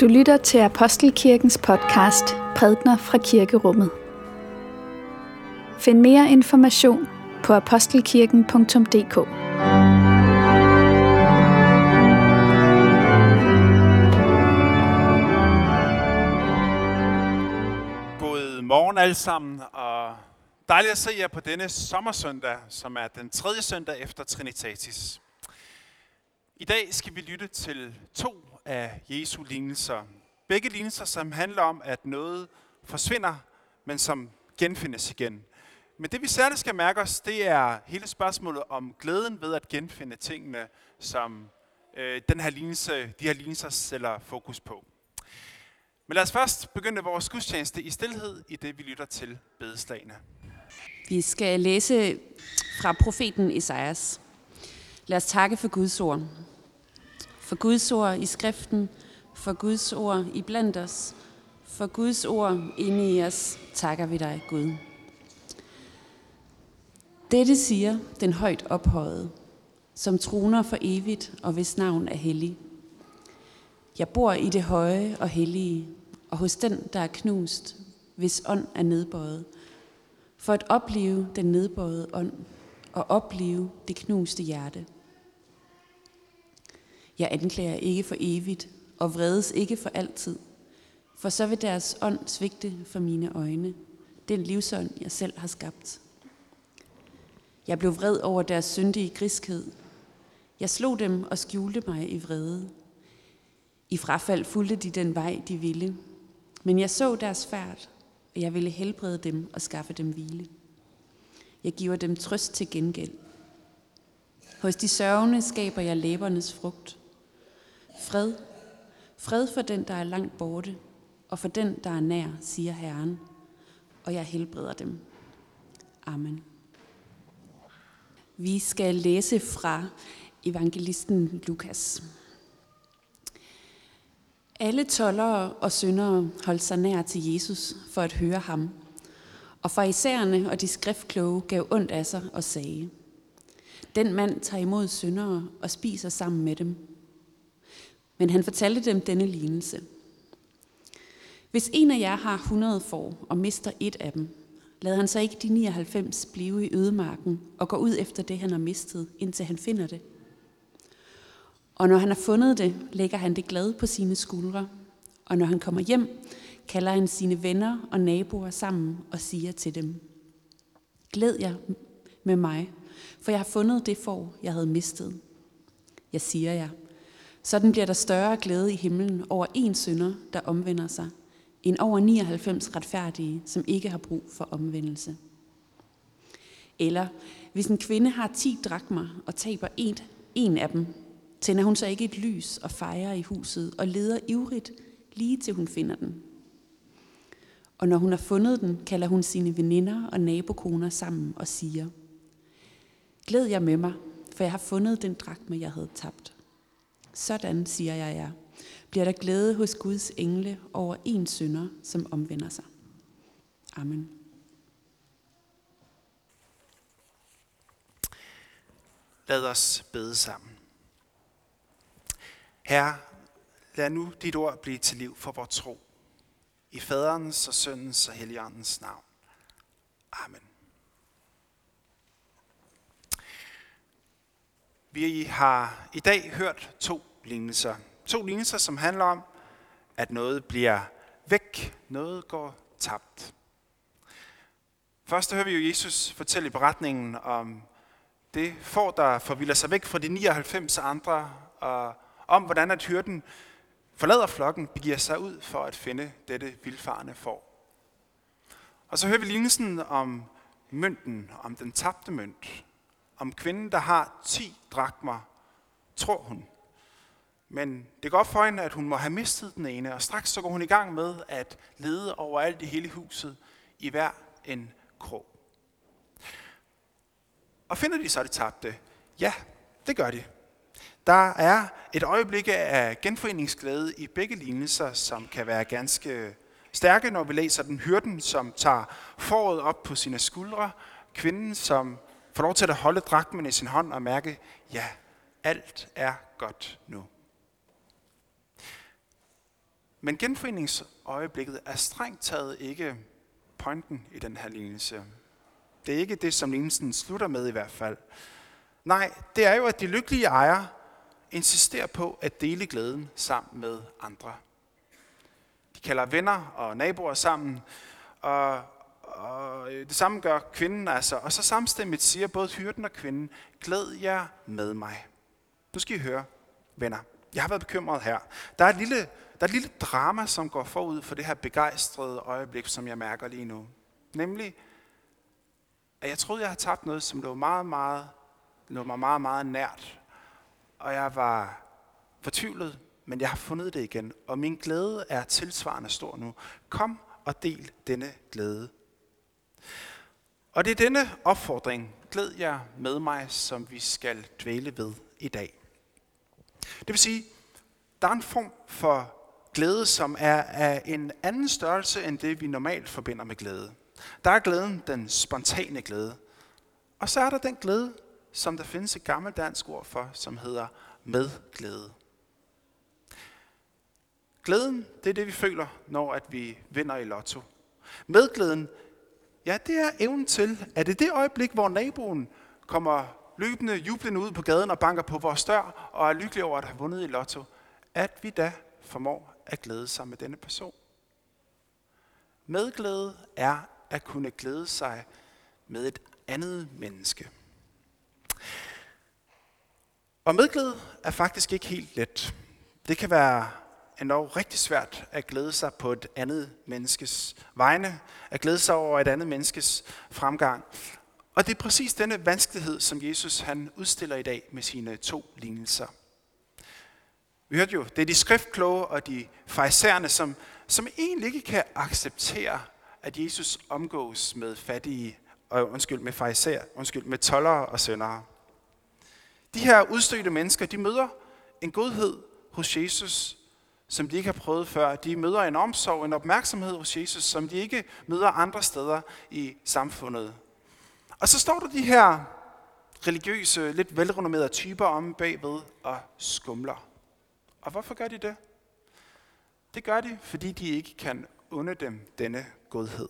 Du lytter til Apostelkirkens podcast Prædner fra Kirkerummet. Find mere information på apostelkirken.dk. God morgen alle sammen, og dejligt at se jer på denne sommersøndag, som er den tredje søndag efter Trinitatis. I dag skal vi lytte til to af Jesu lignelser. Begge lignelser, som handler om, at noget forsvinder, men som genfindes igen. Men det vi særligt skal mærke os, det er hele spørgsmålet om glæden ved at genfinde tingene, som de her lignelser sætter fokus på. Men lad os først begynde vores gudstjeneste i stilhed, i det vi lytter til bedeslagene. Vi skal læse fra profeten Esajas. Lad os takke for Guds ord. For Guds ord i skriften, for Guds ord i blandt os, for Guds ord inde i os, takker vi dig, Gud. Dette siger den højt ophøjede, som troner for evigt og hvis navn er hellig. Jeg bor i det høje og hellige, og hos den, der er knust, hvis ånd er nedbøjet, for at opleve den nedbøjede ånd og opleve det knuste hjerte. Jeg anklager ikke for evigt og vredes ikke for altid, for så vil deres ånd svigte for mine øjne, den livsånd, jeg selv har skabt. Jeg blev vred over deres syndige griskhed. Jeg slog dem og skjulte mig i vrede. I frafald fulgte de den vej, de ville, men jeg så deres færd, og jeg ville helbrede dem og skaffe dem hvile. Jeg giver dem trøst til gengæld. Hos de sørgende skaber jeg læbernes frugt. Fred. Fred for den, der er langt borte, og for den, der er nær, siger Herren, og jeg helbreder dem. Amen. Vi skal læse fra evangelisten Lukas. Alle toldere og syndere holdt sig nær til Jesus for at høre ham, og farisæerne og de skriftkloge gav ondt af sig og sagde: Den mand tager imod syndere og spiser sammen med dem. Men han fortalte dem denne lignelse. Hvis en af jer har 100 får og mister et af dem, lader han så ikke de 99 blive i ødemarken og går ud efter det, han har mistet, indtil han finder det. Og når han har fundet det, lægger han det glad på sine skuldre. Og når han kommer hjem, kalder han sine venner og naboer sammen og siger til dem: Glæd jer med mig, for jeg har fundet det får, jeg havde mistet. Jeg siger jer, sådan bliver der større glæde i himlen over en synder, der omvender sig, end over 99 retfærdige, som ikke har brug for omvendelse. Eller hvis en kvinde har 10 drakmer og taber en af dem, tænder hun så ikke et lys og fejrer i huset og leder ivrigt, lige til hun finder den. Og når hun har fundet den, kalder hun sine veninder og nabokoner sammen og siger: Glæd jer med mig, for jeg har fundet den drakme, jeg havde tabt. Sådan, siger jeg jer, bliver der glæde hos Guds engle over en synder, som omvender sig. Amen. Lad os bede sammen. Herre, lad nu dit ord blive til liv for vores tro. I Faderens og Søndens og Helligåndens navn. Amen. Vi har i dag hørt to lignelser. To lignelser, som handler om, at noget bliver væk, noget går tabt. Først hører vi jo Jesus fortælle i beretningen om det får, der forvilder sig væk fra de 99 andre, og om hvordan at hyrden forlader flokken, begiver sig ud for at finde dette vildfarne får. Og så hører vi lignelsen om mønten, om den tabte mønt, om kvinden, der har 10 drakmer, tror hun. Men det går op for hende, at hun må have mistet den ene, og straks så går hun i gang med at lede overalt i hele huset, i hver en krog. Og finder de så det tabte? Ja, det gør de. Der er et øjeblik af genforeningsglæde i begge lignelser, som kan være ganske stærke, når vi læser den hyrden, som tager fåret op på sine skuldre, kvinden, som får lov til at holde drakmen i sin hånd og mærke, ja, alt er godt nu. Men genforeningsøjeblikket er strengt taget ikke pointen i den her lignelse. Det er ikke det, som lignelsen slutter med i hvert fald. Nej, det er jo, at de lykkelige ejere insisterer på at dele glæden sammen med andre. De kalder venner og naboer sammen, og det samme gør kvinden altså. Og så samstemmigt siger både hyrden og kvinden, glæd jer med mig. Nu skal I høre, venner. Jeg har været bekymret her. Der er et lille drama, som går forud for det her begejstrede øjeblik, som jeg mærker lige nu. Nemlig, at jeg troede, jeg havde tabt noget, som lå mig meget, meget nært. Og jeg var fortvivlet, men jeg har fundet det igen. Og min glæde er tilsvarende stor nu. Kom og del denne glæde. Og det er denne opfordring, glæd jer med mig, som vi skal dvæle ved i dag. Det vil sige, der er en form for glæde, som er af en anden størrelse, end det vi normalt forbinder med glæde. Der er glæden, den spontane glæde. Og så er der den glæde, som der findes et gammelt dansk ord for, som hedder medglæde. Glæden, det er det, vi føler, når at vi vinder i lotto. Medglæden, ja, det er evnen til, at i det øjeblik, hvor naboen kommer løbende, jublende ud på gaden og banker på vores dør og er lykkelig over at have vundet i lotto, at vi da formår at glæde sig med denne person. Medglæde er at kunne glæde sig med et andet menneske. Og medglæde er faktisk ikke helt let. Det kan være endog rigtig svært at glæde sig på et andet menneskes vegne, at glæde sig over et andet menneskes fremgang. Og det er præcis denne vanskelighed, som Jesus han udstiller i dag med sine 2 lignelser. Vi hørte jo, det er de skriftkloge og de farisæerne, som egentlig ikke kan acceptere, at Jesus omgås med med toldere og syndere. De her udstødte mennesker, de møder en godhed hos Jesus, som de ikke har prøvet før. De møder en omsorg, en opmærksomhed hos Jesus, som de ikke møder andre steder i samfundet. Og så står der de her religiøse, lidt velrenommerede typer om bagved og skumler. Og hvorfor gør de det? Det gør de, fordi de ikke kan unde dem denne godhed.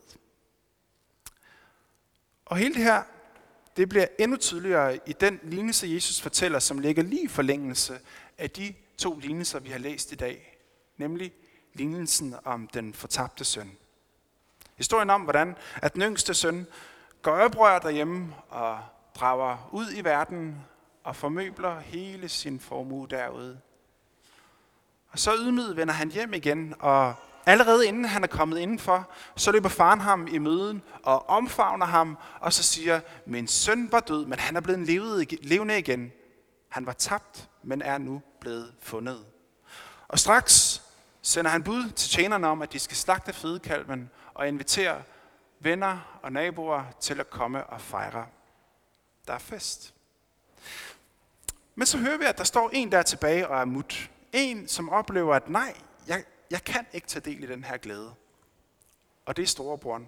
Og hele det her, det bliver endnu tydeligere i den lignelse, Jesus fortæller, som ligger lige i forlængelse af de 2 lignelser, vi har læst i dag. Nemlig lignelsen om den fortabte søn. Historien om, hvordan at den yngste søn går oprør derhjemme og drager ud i verden og formøbler hele sin formue derude. Og så ydmyget vender han hjem igen, og allerede inden han er kommet indenfor, så løber faren ham i møden og omfavner ham, og så siger, min søn var død, men han er blevet levende igen. Han var tabt, men er nu blevet fundet. Og straks sender han bud til tjenerne om, at de skal slagte fedekalven og invitere venner og naboer til at komme og fejre. Der er fest. Men så hører vi, at der står en der tilbage og er mut. En, som oplever, at nej, jeg kan ikke tage del i den her glæde. Og det er storebroren.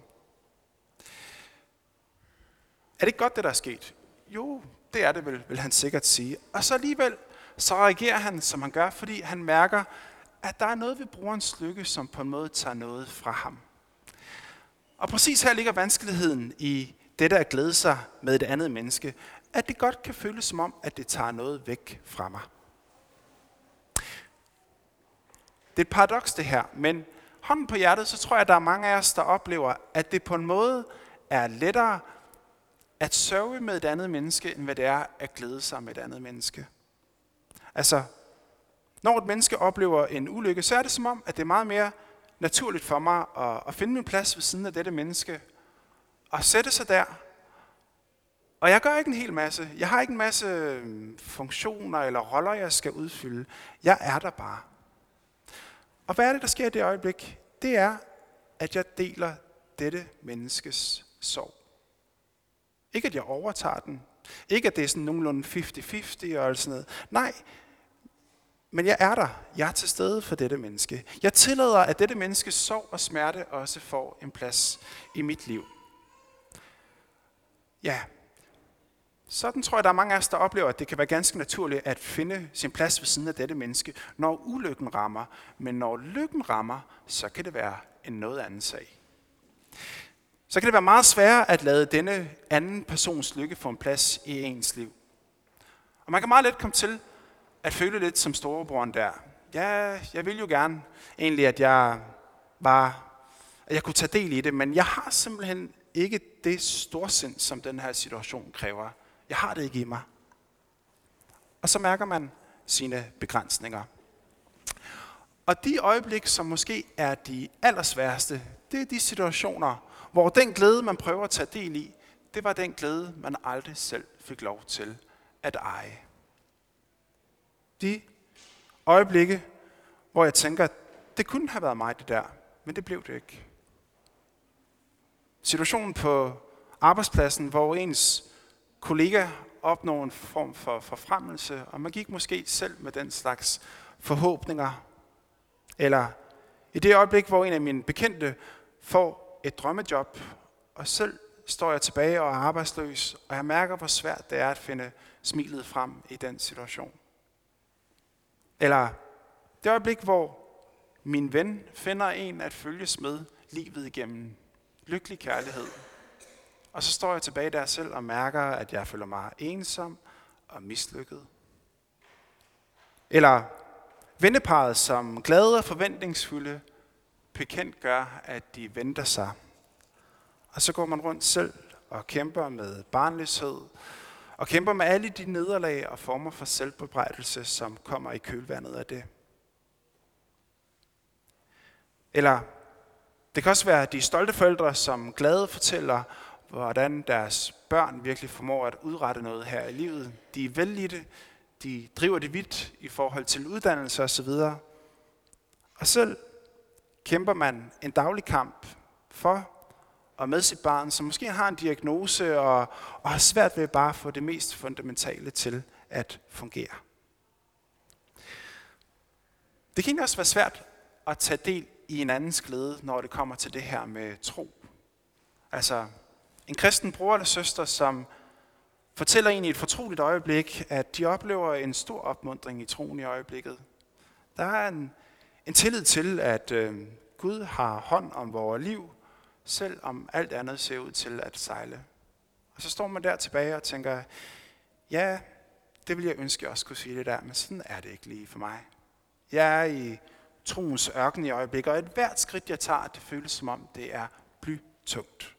Er det ikke godt, det der er sket? Jo, det er det vel, vil han sikkert sige. Og så alligevel, så reagerer han, som han gør, fordi han mærker, at der er noget ved brorens lykke, som på en måde tager noget fra ham. Og præcis her ligger vanskeligheden i dette at glæde sig med et andet menneske, at det godt kan føles som om, at det tager noget væk fra mig. Det er et paradoks det her, men hånden på hjertet, så tror jeg, at der er mange af os, der oplever, at det på en måde er lettere at sørge med et andet menneske, end hvad det er at glæde sig med et andet menneske. Altså, når et menneske oplever en ulykke, så er det som om, at det er meget mere naturligt for mig at finde min plads ved siden af dette menneske, og sætte sig der. Og jeg gør ikke en hel masse. Jeg har ikke en masse funktioner eller roller, jeg skal udfylde. Jeg er der bare. Og hvad er det, der sker i det øjeblik? Det er, at jeg deler dette menneskes sorg. Ikke at jeg overtager den. Ikke at det er sådan nogenlunde 50-50 og sådan noget. Nej, men jeg er der. Jeg er til stede for dette menneske. Jeg tillader, at dette menneskes sorg og smerte også får en plads i mit liv. Ja, Sådan tror jeg, der er mange af os, der oplever, at det kan være ganske naturligt at finde sin plads ved siden af dette menneske, når ulykken rammer. Men når lykken rammer, så kan det være en noget anden sag. Så kan det være meget sværere at lade denne anden persons lykke få en plads i ens liv. Og man kan meget let komme til at føle lidt som storebroren der. Ja, jeg vil jo gerne egentlig, at jeg kunne tage del i det, men jeg har simpelthen ikke det storsind, som den her situation kræver. Jeg har det ikke i mig. Og så mærker man sine begrænsninger. Og de øjeblik, som måske er de allersværeste, det er de situationer, hvor den glæde, man prøver at tage del i, det var den glæde, man aldrig selv fik lov til at eje. De øjeblikke, hvor jeg tænker, det kunne have været mig det der, men det blev det ikke. Situationen på arbejdspladsen, hvor ens kollega opnår en form for forfremmelse, og man gik måske selv med den slags forhåbninger. Eller i det øjeblik, hvor en af mine bekendte får et drømmejob, og selv står jeg tilbage og er arbejdsløs, og jeg mærker, hvor svært det er at finde smilet frem i den situation. Eller det øjeblik, hvor min ven finder en at følges med livet igennem. Lykkelig kærlighed. Og så står jeg tilbage der selv og mærker, at jeg føler mig ensom og mislykket. Eller venneparret, som glade og forventningsfulde bekendt gør, at de venter sig. Og så går man rundt selv og kæmper med barnløshed, og kæmper med alle de nederlag og former for selvbebrejdelse, som kommer i kølvandet af det. Eller det kan også være de stolte forældre, som glade fortæller, hvordan deres børn virkelig formår at udrette noget her i livet. De er vellidte, de driver det vidt i forhold til uddannelse osv. Og selv kæmper man en daglig kamp for og med sit barn, som måske har en diagnose og har svært ved bare at få det mest fundamentale til at fungere. Det kan også være svært at tage del i en andens glæde, når det kommer til det her med tro. Altså en kristen bror eller søster, som fortæller en i et fortroligt øjeblik, at de oplever en stor opmuntring i troen i øjeblikket. Der er en tillid til, at Gud har hånd om vores liv, selv om alt andet ser ud til at sejle. Og så står man der tilbage og tænker, ja, det vil jeg ønske, jeg også kunne sige det der, men sådan er det ikke lige for mig. Jeg er i troens ørken i øjeblikket, og et hvert skridt, jeg tager, det føles som om, det er blytungt.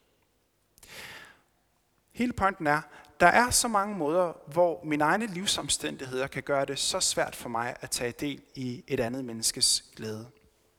Hele pointen er, der er så mange måder, hvor mine egne livsomstændigheder kan gøre det så svært for mig at tage del i et andet menneskes glæde.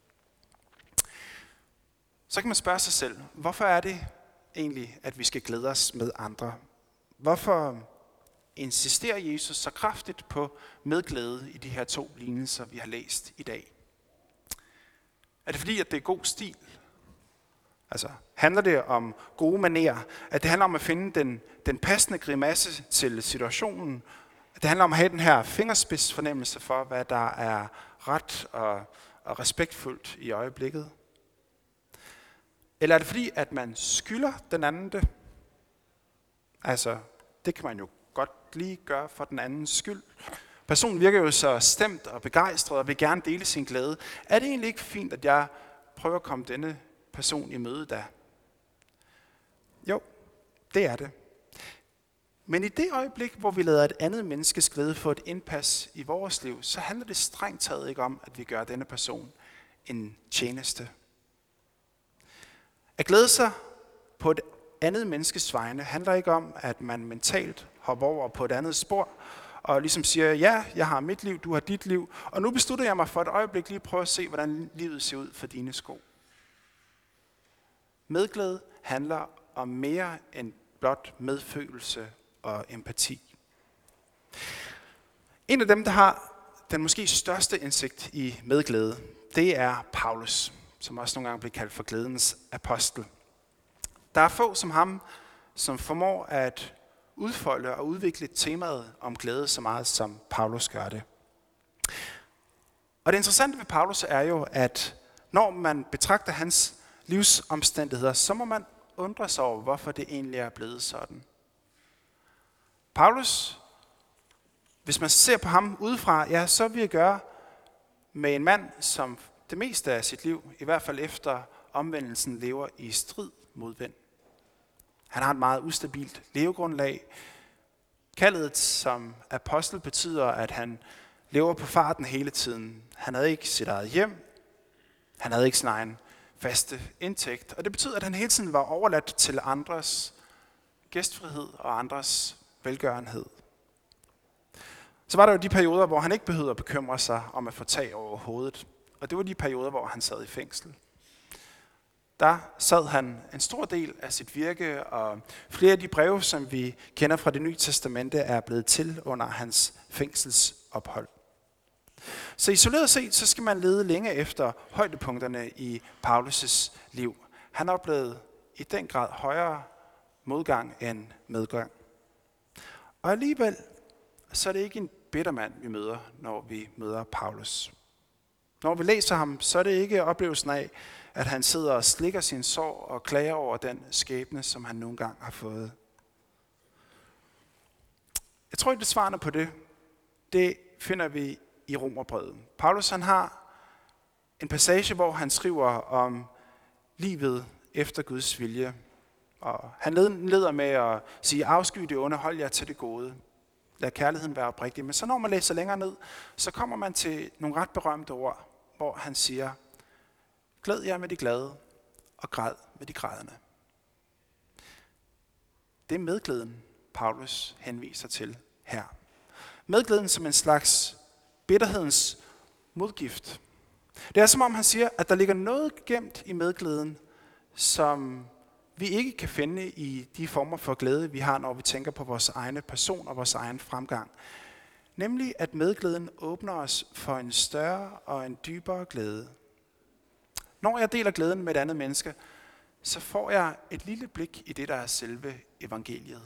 Så kan man spørge sig selv, hvorfor er det egentlig, at vi skal glæde os med andre? Hvorfor insisterer Jesus så kraftigt på medglæde i de her 2 lignelser, vi har læst i dag? Er det fordi, at det er god stil? Altså, handler det om gode manerer? At det handler om at finde den passende grimasse til situationen? At det handler om at have den her fingerspidsfornemmelse for, hvad der er ret og respektfuldt i øjeblikket? Eller er det fordi, at man skylder den anden det? Altså, det kan man jo godt lige gøre for den andens skyld. Personen virker jo så stemt og begejstret og vil gerne dele sin glæde. Er det egentlig ikke fint, at jeg prøver at komme denne person i møde da? Jo, det er det. Men i det øjeblik, hvor vi lader et andet menneskes glæde få et indpas i vores liv, så handler det strengt taget ikke om, at vi gør denne person en tjeneste. At glæde sig på et andet menneskes vegne handler ikke om, at man mentalt hopper over på et andet spor, og ligesom siger, ja, jeg har mit liv, du har dit liv, og nu beslutter jeg mig for et øjeblik lige at prøve at se, hvordan livet ser ud for dine sko. Medglæde handler om mere end blot medfølelse og empati. En af dem, der har den måske største indsigt i medglæde, det er Paulus, som også nogle gange bliver kaldt for glædens apostel. Der er få som ham, som formår at udfolde og udvikle temaet om glæde så meget, som Paulus gør det. Og det interessante ved Paulus er jo, at når man betragter hans livsomstændigheder, så må man undre sig over, hvorfor det egentlig er blevet sådan. Paulus, hvis man ser på ham udefra, ja, så vil jeg gøre med en mand, som det meste af sit liv, i hvert fald efter omvendelsen, lever i strid mod vind. Han har et meget ustabilt levegrundlag. Kaldet som apostel betyder, at han lever på farten hele tiden. Han havde ikke sit eget hjem. Han havde ikke sin egen faste indtægt. Og det betyder, at han hele tiden var overladt til andres gæstfrihed og andres velgørenhed. Så var der jo de perioder, hvor han ikke behøvede at bekymre sig om at få tag over hovedet. Og det var de perioder, hvor han sad i fængsel. Der sad han en stor del af sit virke, og flere af de breve, som vi kender fra Det Nye Testamente, er blevet til under hans fængselsophold. Så isoleret set, så skal man lede længe efter højdepunkterne i Paulus' liv. Han oplevede i den grad højere modgang end medgang. Og alligevel, så er det ikke en bitter mand, vi møder, når vi møder Paulus. Når vi læser ham, så er det ikke oplevelsen af, at han sidder og slikker sin sår og klager over den skæbne, som han nogle gange har fået. Jeg tror ikke, det svarende på det finder vi i Romerbrevet. Paulus han har en passage, hvor han skriver om livet efter Guds vilje. Og han leder med at sige, afsky det onde, hold jer til det gode. Lad kærligheden være oprigtig. Men så når man læser længere ned, så kommer man til nogle ret berømte ord, hvor han siger, glæd jer med de glade, og græd med de grædende. Det er medglæden, Paulus henviser til her. Medglæden som en slags bitterhedens modgift. Det er som om han siger, at der ligger noget gemt i medglæden, som vi ikke kan finde i de former for glæde, vi har, når vi tænker på vores egne person og vores egen fremgang. Nemlig at medglæden åbner os for en større og en dybere glæde. Når jeg deler glæden med et andet menneske, så får jeg et lille blik i det, der er selve evangeliet.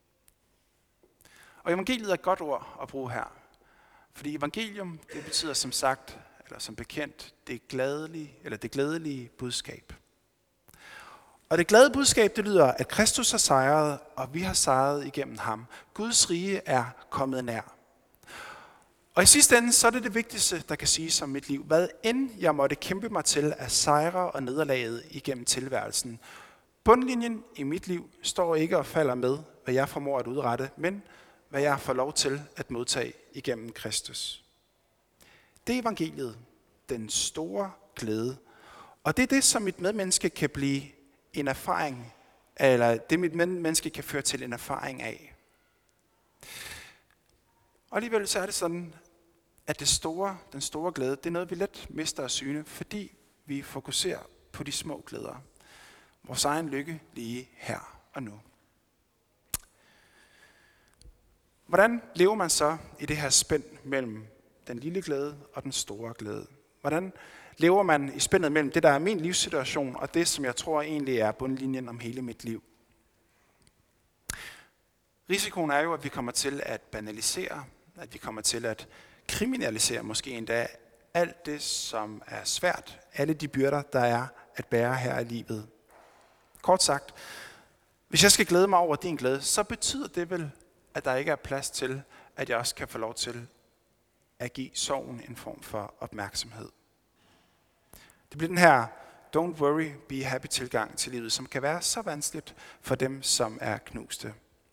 Og evangeliet er et godt ord at bruge her. Fordi evangelium, det betyder som sagt, eller som bekendt, det glædelige budskab. Og det glade budskab, det lyder, at Kristus har sejret, og vi har sejret igennem ham. Guds rige er kommet nær. Og i sidste ende, så er det vigtigste, der kan siges om mit liv. Hvad end jeg måtte kæmpe mig til at sejre og nederlaget igennem tilværelsen. Bundlinjen i mit liv står ikke og falder med, hvad jeg formår at udrette, men hvad jeg får lov til at modtage igennem Kristus. Det er evangeliet, den store glæde. Og det er det, som mit medmenneske kan blive en erfaring, eller det mit medmenneske kan føre til en erfaring af. Og alligevel så er det sådan, at den store glæde, det er noget, vi let mister af syne, fordi vi fokuserer på de små glæder. Vores egen lykke lige her og nu. Hvordan lever man så i det her spænd mellem den lille glæde og den store glæde? Hvordan lever man i spændet mellem det, der er min livssituation, og det, som jeg tror egentlig er bundlinjen om hele mit liv? Risikoen er jo, at vi kommer til at banalisere, at vi kommer til at kriminalisere måske endda alt det, som er svært, alle de byrder, der er at bære her i livet. Kort sagt, hvis jeg skal glæde mig over din glæde, så betyder det vel, at der ikke er plads til, at jeg også kan få lov til at give sorgen en form for opmærksomhed. Det bliver den her don't worry, be happy tilgang til livet, som kan være så vanskeligt for dem, som er knuste.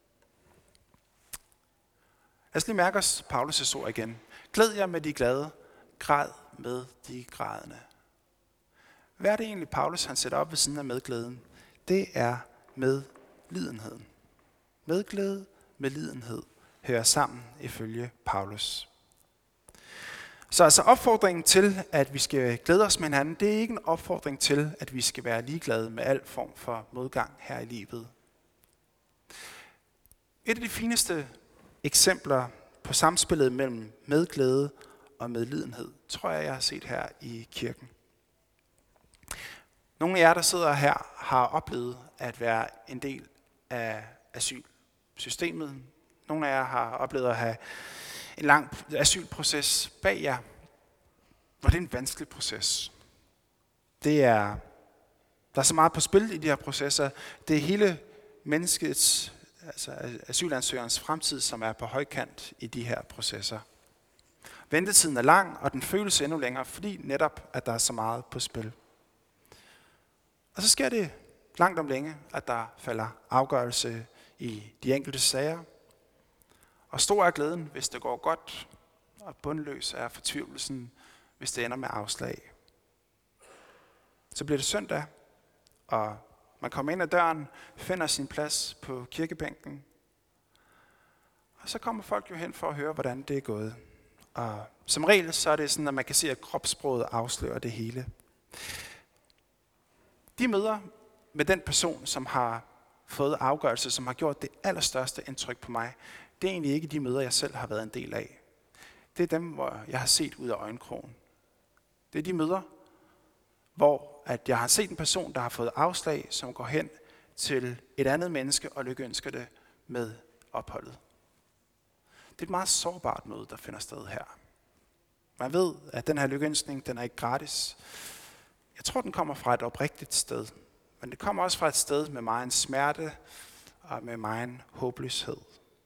Lad os lige mærke os Paulus' ord igen. Glæd jer med de glade, græd med de grædende. Hvad er det egentlig, Paulus han sætter op ved siden af medglæden? Det er medlidenheden. Medglæde, medlidenhed hører sammen ifølge Paulus. Så altså opfordringen til, at vi skal glæde os med hinanden, det er ikke en opfordring til, at vi skal være ligeglade med al form for modgang her i livet. Et af de fineste eksempler på samspillet mellem medglæde og medlidenhed, tror jeg har set her i kirken. Nogle af jer, der sidder her, har oplevet at være en del af asylsystemet. Nogle af jer har oplevet at have en lang asylproces bag jer. Og det er en vanskelig proces. Der er så meget på spil i de her processer. Det er hele menneskets asylansøgerens fremtid, som er på højkant i de her processer. Ventetiden er lang, og den føles endnu længere, fordi netop, at der er så meget på spil. Og så sker det langt om længe, at der falder afgørelse i de enkelte sager. Og stor er glæden, hvis det går godt, og bundløs er fortvivlelsen, hvis det ender med afslag. Så bliver det søndag, og man kommer ind ad døren, finder sin plads på kirkebænken. Og så kommer folk jo hen for at høre, hvordan det er gået. Og som regel så er det sådan, at man kan se, at kropssproget afslører det hele. De møder med den person, som har fået afgørelse, som har gjort det allerstørste indtryk på mig, det er egentlig ikke de møder, jeg selv har været en del af. Det er dem, hvor jeg har set ud af øjenkrogen. Det er de møder, hvor at jeg har set en person, der har fået afslag, som går hen til et andet menneske og lykønsker det med opholdet. Det er et meget sårbart møde, der finder sted her. Man ved, at den her lykønskning, den er ikke gratis. Jeg tror, den kommer fra et oprigtigt sted. Men det kommer også fra et sted med megen smerte og med megen håbløshed.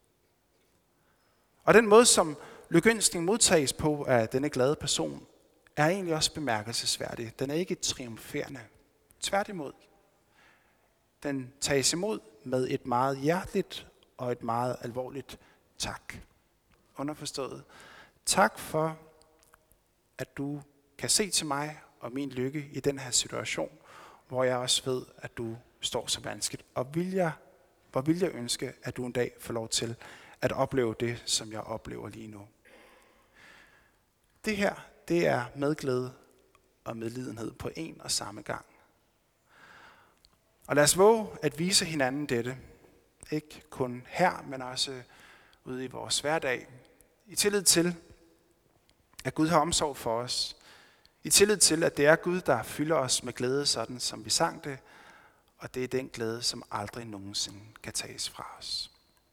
Og den måde, som lykønskning modtages på af denne glade person, er egentlig også bemærkelsesværdig. Den er ikke triumferende. Tværtimod. Den tages imod med et meget hjerteligt og et meget alvorligt tak. Underforstået. Tak for, at du kan se til mig og min lykke i den her situation, hvor jeg også ved, at du står så vanskeligt. Og hvor vil jeg ønske, at du en dag får lov til at opleve det, som jeg oplever lige nu. Det her, det er medglæde og medlidenhed på en og samme gang. Og lad os våge at vise hinanden dette. Ikke kun her, men også ude i vores hverdag. I tillid til, at Gud har omsorg for os. I tillid til, at det er Gud, der fylder os med glæde, sådan som vi sang det. Og det er den glæde, som aldrig nogensinde kan tages fra os.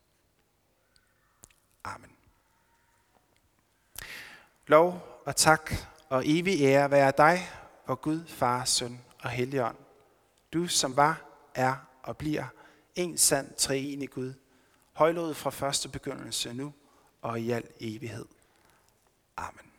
Amen. Lov og tak og evig ære være dig, vor Gud, Far, Søn og Helligånd. Du som var, er og bliver en sand treenig Gud, højlovet fra første begyndelse nu og i al evighed. Amen.